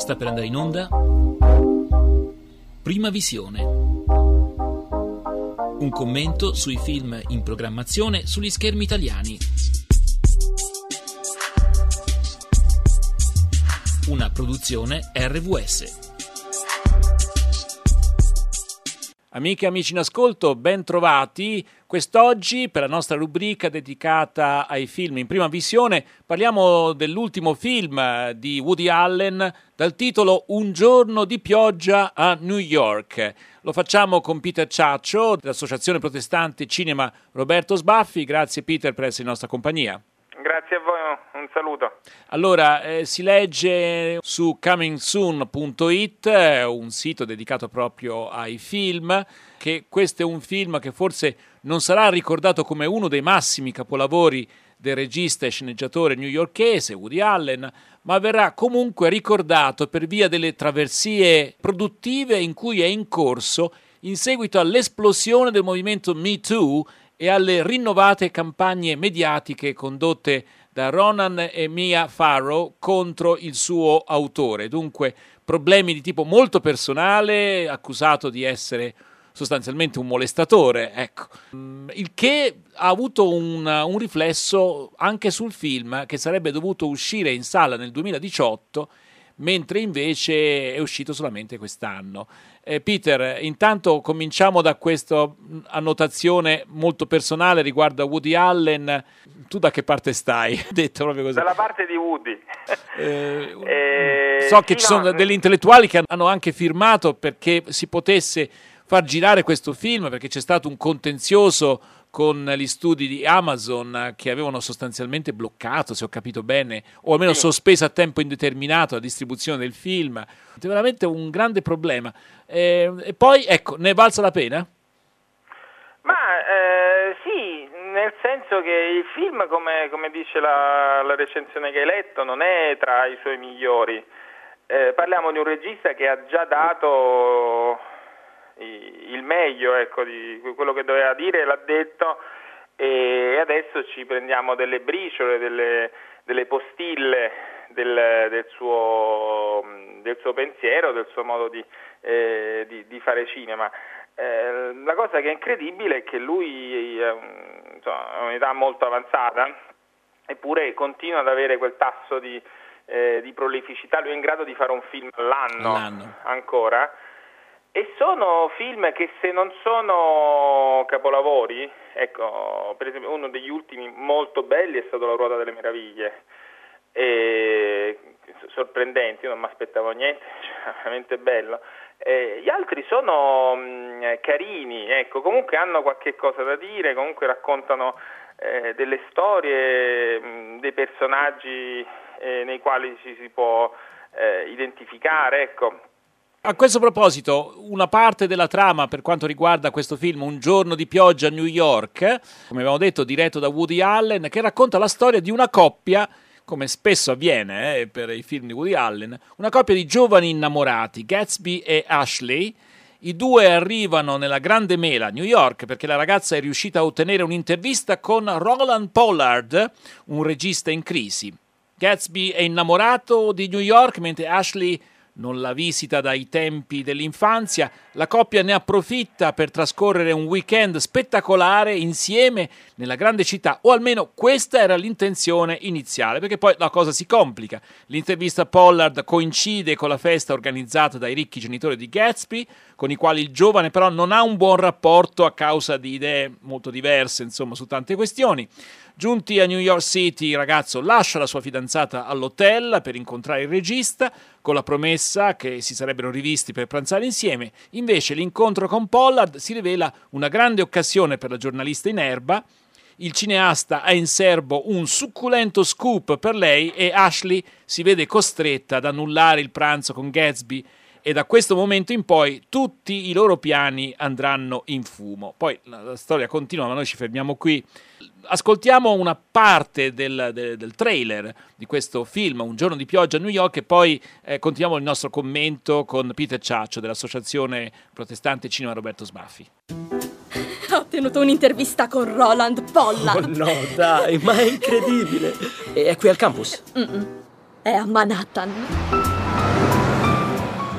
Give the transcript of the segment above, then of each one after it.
Sta per andare in onda Prima Visione, un commento sui film in programmazione sugli schermi italiani. Una produzione RVS. Amiche e amici in ascolto, ben trovati. Quest'oggi, per la nostra rubrica dedicata ai film in prima visione, parliamo dell'ultimo film di Woody Allen dal titolo Un giorno di pioggia a New York. Lo facciamo con Peter Ciaccio dell'Associazione Protestante Cinema Roberto Sbaffi. Grazie Peter per essere in nostra compagnia. Grazie a voi, un saluto. Allora, si legge su comingsoon.it, un sito dedicato proprio ai film, che questo è un film che forse non sarà ricordato come uno dei massimi capolavori del regista e sceneggiatore newyorkese Woody Allen, ma verrà comunque ricordato per via delle traversie produttive in cui è incorso in seguito all'esplosione del movimento Me Too e alle rinnovate campagne mediatiche condotte da Ronan e Mia Farrow contro il suo autore. Dunque, problemi di tipo molto personale, accusato di essere sostanzialmente un molestatore, ecco. Il che ha avuto un riflesso anche sul film che sarebbe dovuto uscire in sala nel 2018, mentre invece è uscito solamente quest'anno. Peter, intanto cominciamo da questa annotazione molto personale riguardo a Woody Allen. Tu da che parte stai? Detto proprio così. Dalla parte di Woody. So che ci sono degli intellettuali che hanno anche firmato perché si potesse far girare questo film, perché c'è stato un contenzioso con gli studi di Amazon che avevano sostanzialmente bloccato, se ho capito bene, o almeno sospeso a tempo indeterminato la distribuzione del film. È veramente un grande problema. E poi, ecco, ne è valsa la pena? Ma sì, nel senso che il film, come dice la recensione che hai letto, non è tra i suoi migliori. Parliamo di un regista che ha già dato il meglio, ecco, di quello che doveva dire, l'ha detto, e adesso ci prendiamo delle briciole, delle postille del suo pensiero, del suo modo di fare cinema. La cosa che è incredibile è che lui ha un'età molto avanzata, eppure continua ad avere quel tasso di prolificità. Lui è in grado di fare un film all'anno. Ancora. E sono film che, se non sono capolavori, ecco, per esempio uno degli ultimi molto belli è stato La Ruota delle Meraviglie, sorprendenti, io non mi aspettavo niente, cioè, veramente bello. Gli altri sono carini, ecco, comunque hanno qualche cosa da dire, comunque raccontano delle storie, dei personaggi nei quali ci si può identificare, ecco. A questo proposito, una parte della trama per quanto riguarda questo film, Un giorno di pioggia a New York, come abbiamo detto, diretto da Woody Allen, che racconta la storia di una coppia, come spesso avviene per i film di Woody Allen, una coppia di giovani innamorati, Gatsby e Ashley. I due arrivano nella Grande Mela, New York, perché la ragazza è riuscita a ottenere un'intervista con Roland Pollard, un regista in crisi. Gatsby è innamorato di New York, mentre Ashley non la visita dai tempi dell'infanzia. La coppia ne approfitta per trascorrere un weekend spettacolare insieme nella grande città, o almeno questa era l'intenzione iniziale, perché poi la cosa si complica. L'intervista a Pollard coincide con la festa organizzata dai ricchi genitori di Gatsby, con i quali il giovane però non ha un buon rapporto a causa di idee molto diverse, insomma, su tante questioni. Giunti a New York City, il ragazzo lascia la sua fidanzata all'hotel per incontrare il regista, con la promessa che si sarebbero rivisti per pranzare insieme. Invece l'incontro con Pollard si rivela una grande occasione per la giornalista in erba. Il cineasta ha in serbo un succulento scoop per lei e Ashley si vede costretta ad annullare il pranzo con Gatsby, e da questo momento in poi tutti i loro piani andranno in fumo. Poi la storia continua, ma noi ci fermiamo qui. Ascoltiamo una parte del trailer di questo film, Un giorno di pioggia a New York, e poi continuiamo il nostro commento con Peter Ciaccio dell'Associazione Protestante Cinema Roberto Sbaffi. Ho ottenuto un'intervista con Roland Pollard. Oh no, dai, ma è incredibile. È qui al campus? È a Manhattan.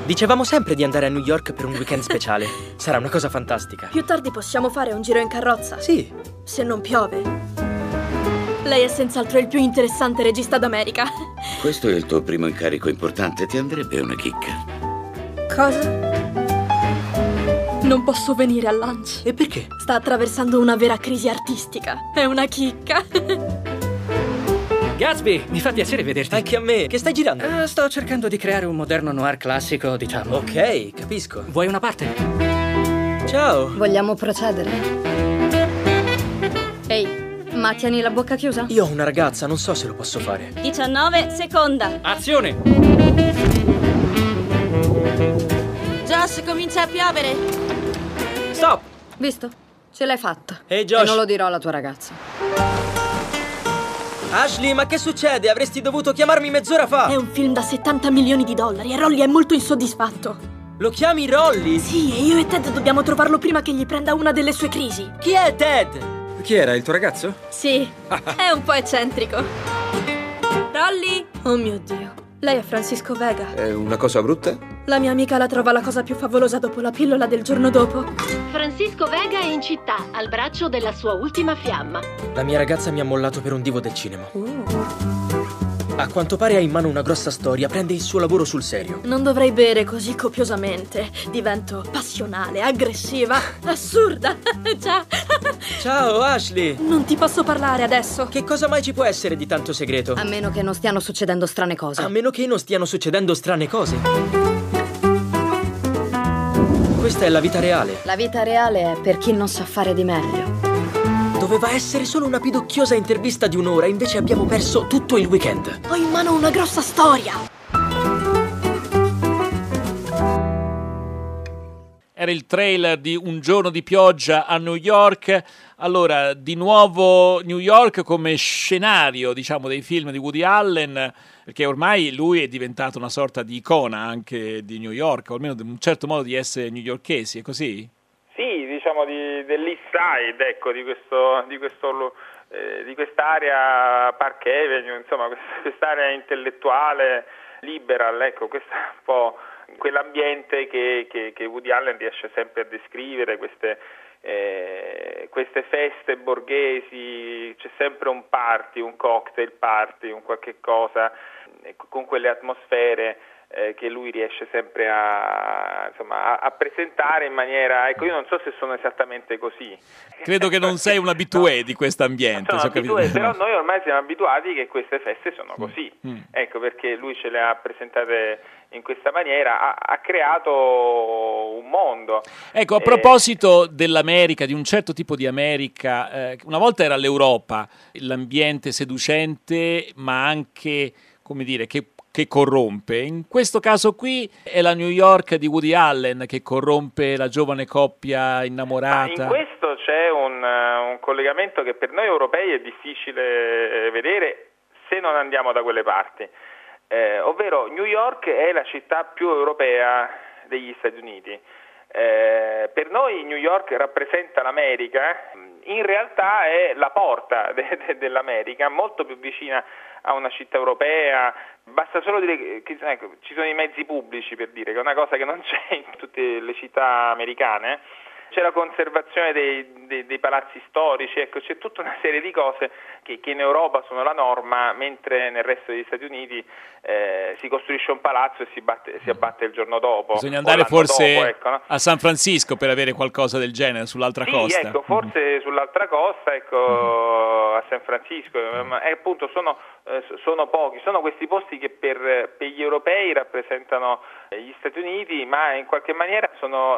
Dicevamo sempre di andare a New York per un weekend speciale. Sarà una cosa fantastica. Più tardi possiamo fare un giro in carrozza. Sì. Se non piove. Lei è senz'altro il più interessante regista d'America. Questo è il tuo primo incarico importante, ti andrebbe una chicca. Cosa? Non posso venire al lunch. E perché? Sta attraversando una vera crisi artistica. È una chicca. Gatsby, mi fa piacere vederti. Anche a me. Che stai girando? Sto cercando di creare un moderno noir classico, diciamo. Ok, capisco. Vuoi una parte? Ciao. Vogliamo procedere? Ehi, ma tieni la bocca chiusa? Io ho una ragazza, non so se lo posso fare. 19 seconda. Azione! Josh, comincia a piovere. Stop! Visto? Ce l'hai fatta. Ehi, Josh. E non lo dirò alla tua ragazza. Ashley, ma che succede? Avresti dovuto chiamarmi mezz'ora fa. È un film da 70 milioni di dollari e Rolly è molto insoddisfatto. Lo chiami Rolly? Sì, e io e Ted dobbiamo trovarlo prima che gli prenda una delle sue crisi. Chi è Ted? Chi era, il tuo ragazzo? Sì, è un po' eccentrico. Rolly! Oh mio Dio. Lei è Francisco Vega. È una cosa brutta? La mia amica la trova la cosa più favolosa dopo la pillola del giorno dopo. Francisco Vega è in città, al braccio della sua ultima fiamma. La mia ragazza mi ha mollato per un divo del cinema. A quanto pare ha in mano una grossa storia, prende il suo lavoro sul serio. Non dovrei bere così copiosamente. Divento passionale, aggressiva, assurda. Già. Ciao, Ashley. Non ti posso parlare adesso. Che cosa mai ci può essere di tanto segreto? A meno che non stiano succedendo strane cose. A meno che non stiano succedendo strane cose. Questa è la vita reale. La vita reale è per chi non sa fare di meglio. Doveva essere solo una pidocchiosa intervista di un'ora, invece abbiamo perso tutto il weekend. Ho in mano una grossa storia. Era il trailer di Un giorno di pioggia a New York. Allora, di nuovo New York come scenario, diciamo, dei film di Woody Allen, perché ormai lui è diventato una sorta di icona anche di New York, o almeno di un certo modo di essere newyorkesi, è così? Sì, diciamo dell'East Side, ecco, di quest'area Park Avenue, insomma, quest'area intellettuale, liberal, ecco, questo è un po' quell'ambiente che Woody Allen riesce sempre a descrivere, queste feste borghesi, c'è sempre un party, un cocktail party, un qualche cosa, con quelle atmosfere che lui riesce sempre a presentare in maniera, ecco, io non so se sono esattamente così. Credo che non sei un abitué di questo ambiente. Sono abitué, però noi ormai siamo abituati che queste feste sono così, ecco perché lui ce le ha presentate in questa maniera, ha creato un mondo. Ecco, a proposito dell'America, di un certo tipo di America, una volta era l'Europa, l'ambiente seducente, ma anche, come dire, che corrompe. In questo caso qui è la New York di Woody Allen che corrompe la giovane coppia innamorata. In questo c'è un collegamento che per noi europei è difficile vedere se non andiamo da quelle parti. Ovvero New York è la città più europea degli Stati Uniti. Per noi New York rappresenta l'America, in realtà è la porta dell'America, molto più vicina a una città europea. Basta solo dire che ci sono i mezzi pubblici, per dire, che è una cosa che non c'è in tutte le città americane. C'è la conservazione dei palazzi storici, ecco, c'è tutta una serie di cose che in Europa sono la norma, mentre nel resto degli Stati Uniti si costruisce un palazzo e si abbatte il giorno dopo. Bisogna andare forse dopo, ecco, no? a San Francisco per avere qualcosa del genere sull'altra costa. Ecco, forse sull'altra costa, ecco, a San Francisco, e appunto sono pochi, sono questi posti che per gli europei rappresentano gli Stati Uniti, ma in qualche maniera sono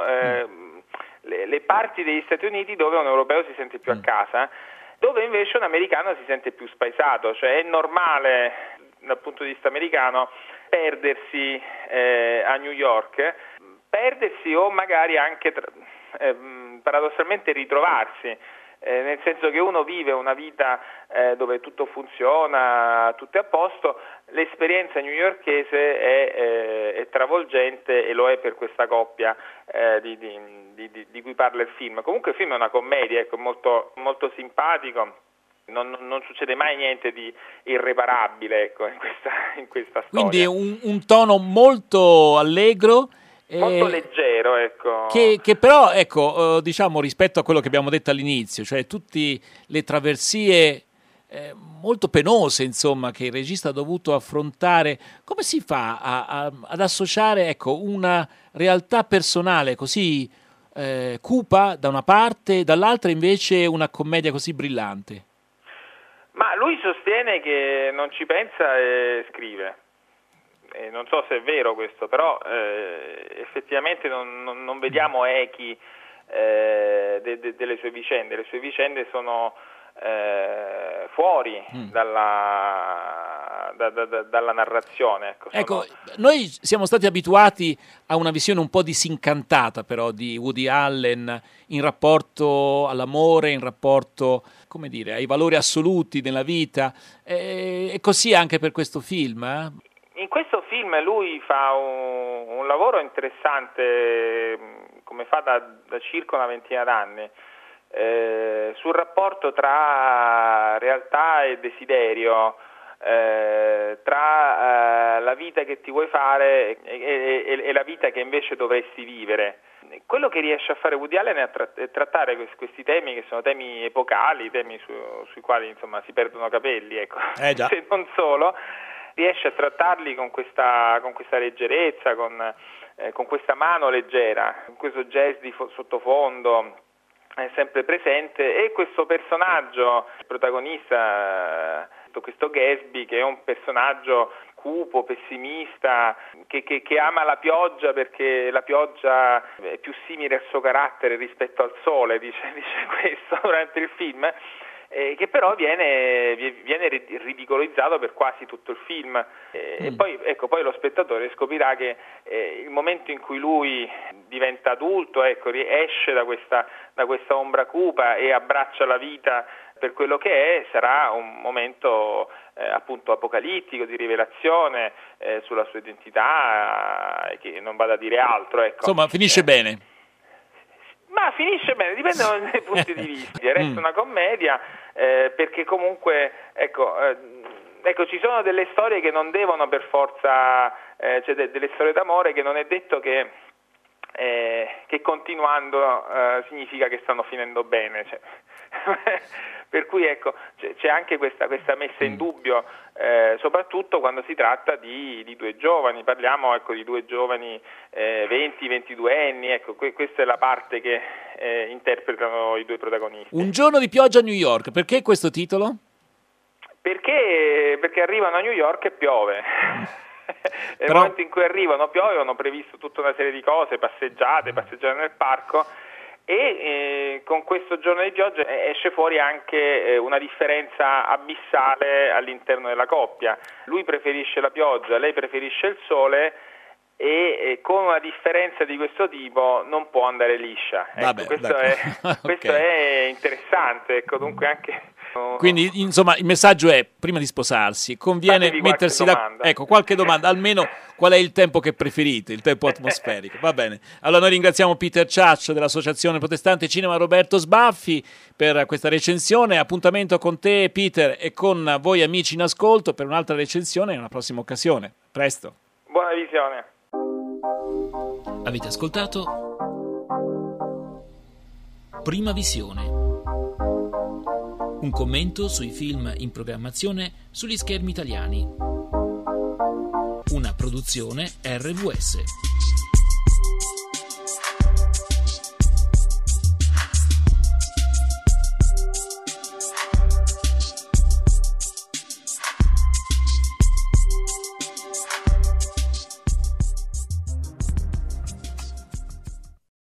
le parti degli Stati Uniti dove un europeo si sente più a casa, dove invece un americano si sente più spaesato, cioè è normale dal punto di vista americano perdersi a New York, perdersi o magari anche paradossalmente ritrovarsi, nel senso che uno vive una vita dove tutto funziona, tutto è a posto. L'esperienza newyorkese è travolgente e lo è per questa coppia di cui parla il film. Comunque il film è una commedia, ecco, molto, molto simpatico, Non succede mai niente di irreparabile, ecco, in questa storia. Quindi è un tono molto allegro, molto leggero, ecco. Che però, ecco, diciamo, rispetto a quello che abbiamo detto all'inizio, cioè tutte le traversie molto penose, insomma, che il regista ha dovuto affrontare, come si fa ad associare, ecco, una realtà personale così cupa da una parte, dall'altra invece una commedia così brillante? Ma lui sostiene che non ci pensa e scrive. Non so se è vero questo, però effettivamente non vediamo echi delle sue vicende. Le sue vicende sono fuori dalla narrazione. Ecco, noi siamo stati abituati a una visione un po' disincantata però di Woody Allen in rapporto all'amore, in rapporto, come dire, ai valori assoluti nella vita, e così anche per questo film. In questo film lui fa un lavoro interessante, come fa da circa una ventina d'anni, sul rapporto tra realtà e desiderio, tra la vita che ti vuoi fare e la vita che invece dovresti vivere. Quello che riesce a fare Woody Allen è trattare questi temi, che sono temi epocali, temi sui quali insomma si perdono capelli, ecco. Già. Se non solo, riesce a trattarli con questa leggerezza, con questa mano leggera, con questo jazz di sottofondo è sempre presente, e questo personaggio, il protagonista, questo Gatsby, che è un personaggio cupo, pessimista, che ama la pioggia perché la pioggia è più simile al suo carattere rispetto al sole, dice questo durante il film, che però viene ridicolizzato per quasi tutto il film, e poi lo spettatore scoprirà che il momento in cui lui diventa adulto, ecco, esce da questa ombra cupa e abbraccia la vita per quello che è, sarà un momento appunto apocalittico, di rivelazione sulla sua identità, che non vada a dire altro, ecco. Insomma, finisce bene. Ma finisce bene, dipende dai punti di vista. Resta una commedia, perché comunque ecco, ci sono delle storie che non devono per forza, cioè delle storie d'amore che non è detto che continuando significa che stanno finendo bene, cioè. Per cui ecco, c'è anche questa messa in dubbio, soprattutto quando si tratta di due giovani. Parliamo, ecco, di due giovani 20-22 anni, ecco, questa è la parte che interpretano i due protagonisti. Un giorno di pioggia a New York, perché questo titolo? Perché arrivano a New York e piove. Nel momento in cui arrivano piove, hanno previsto tutta una serie di cose, passeggiate nel parco, e con questo giorno di pioggia esce fuori anche una differenza abissale all'interno della coppia. Lui preferisce la pioggia, lei preferisce il sole, e con una differenza di questo tipo non può andare liscia. Vabbè, questo è interessante, ecco, dunque anche. Quindi, insomma, il messaggio è: prima di sposarsi conviene mettersi qualche domanda, almeno qual è il tempo che preferite, il tempo atmosferico. Va bene. Allora noi ringraziamo Peter Ciaccio dell'Associazione Protestante Cinema Roberto Sbaffi per questa recensione. Appuntamento con te, Peter, e con voi amici in ascolto per un'altra recensione in una prossima occasione. Presto. Buona visione. Avete ascoltato Prima Visione, un commento sui film in programmazione sugli schermi italiani. Una produzione RVS.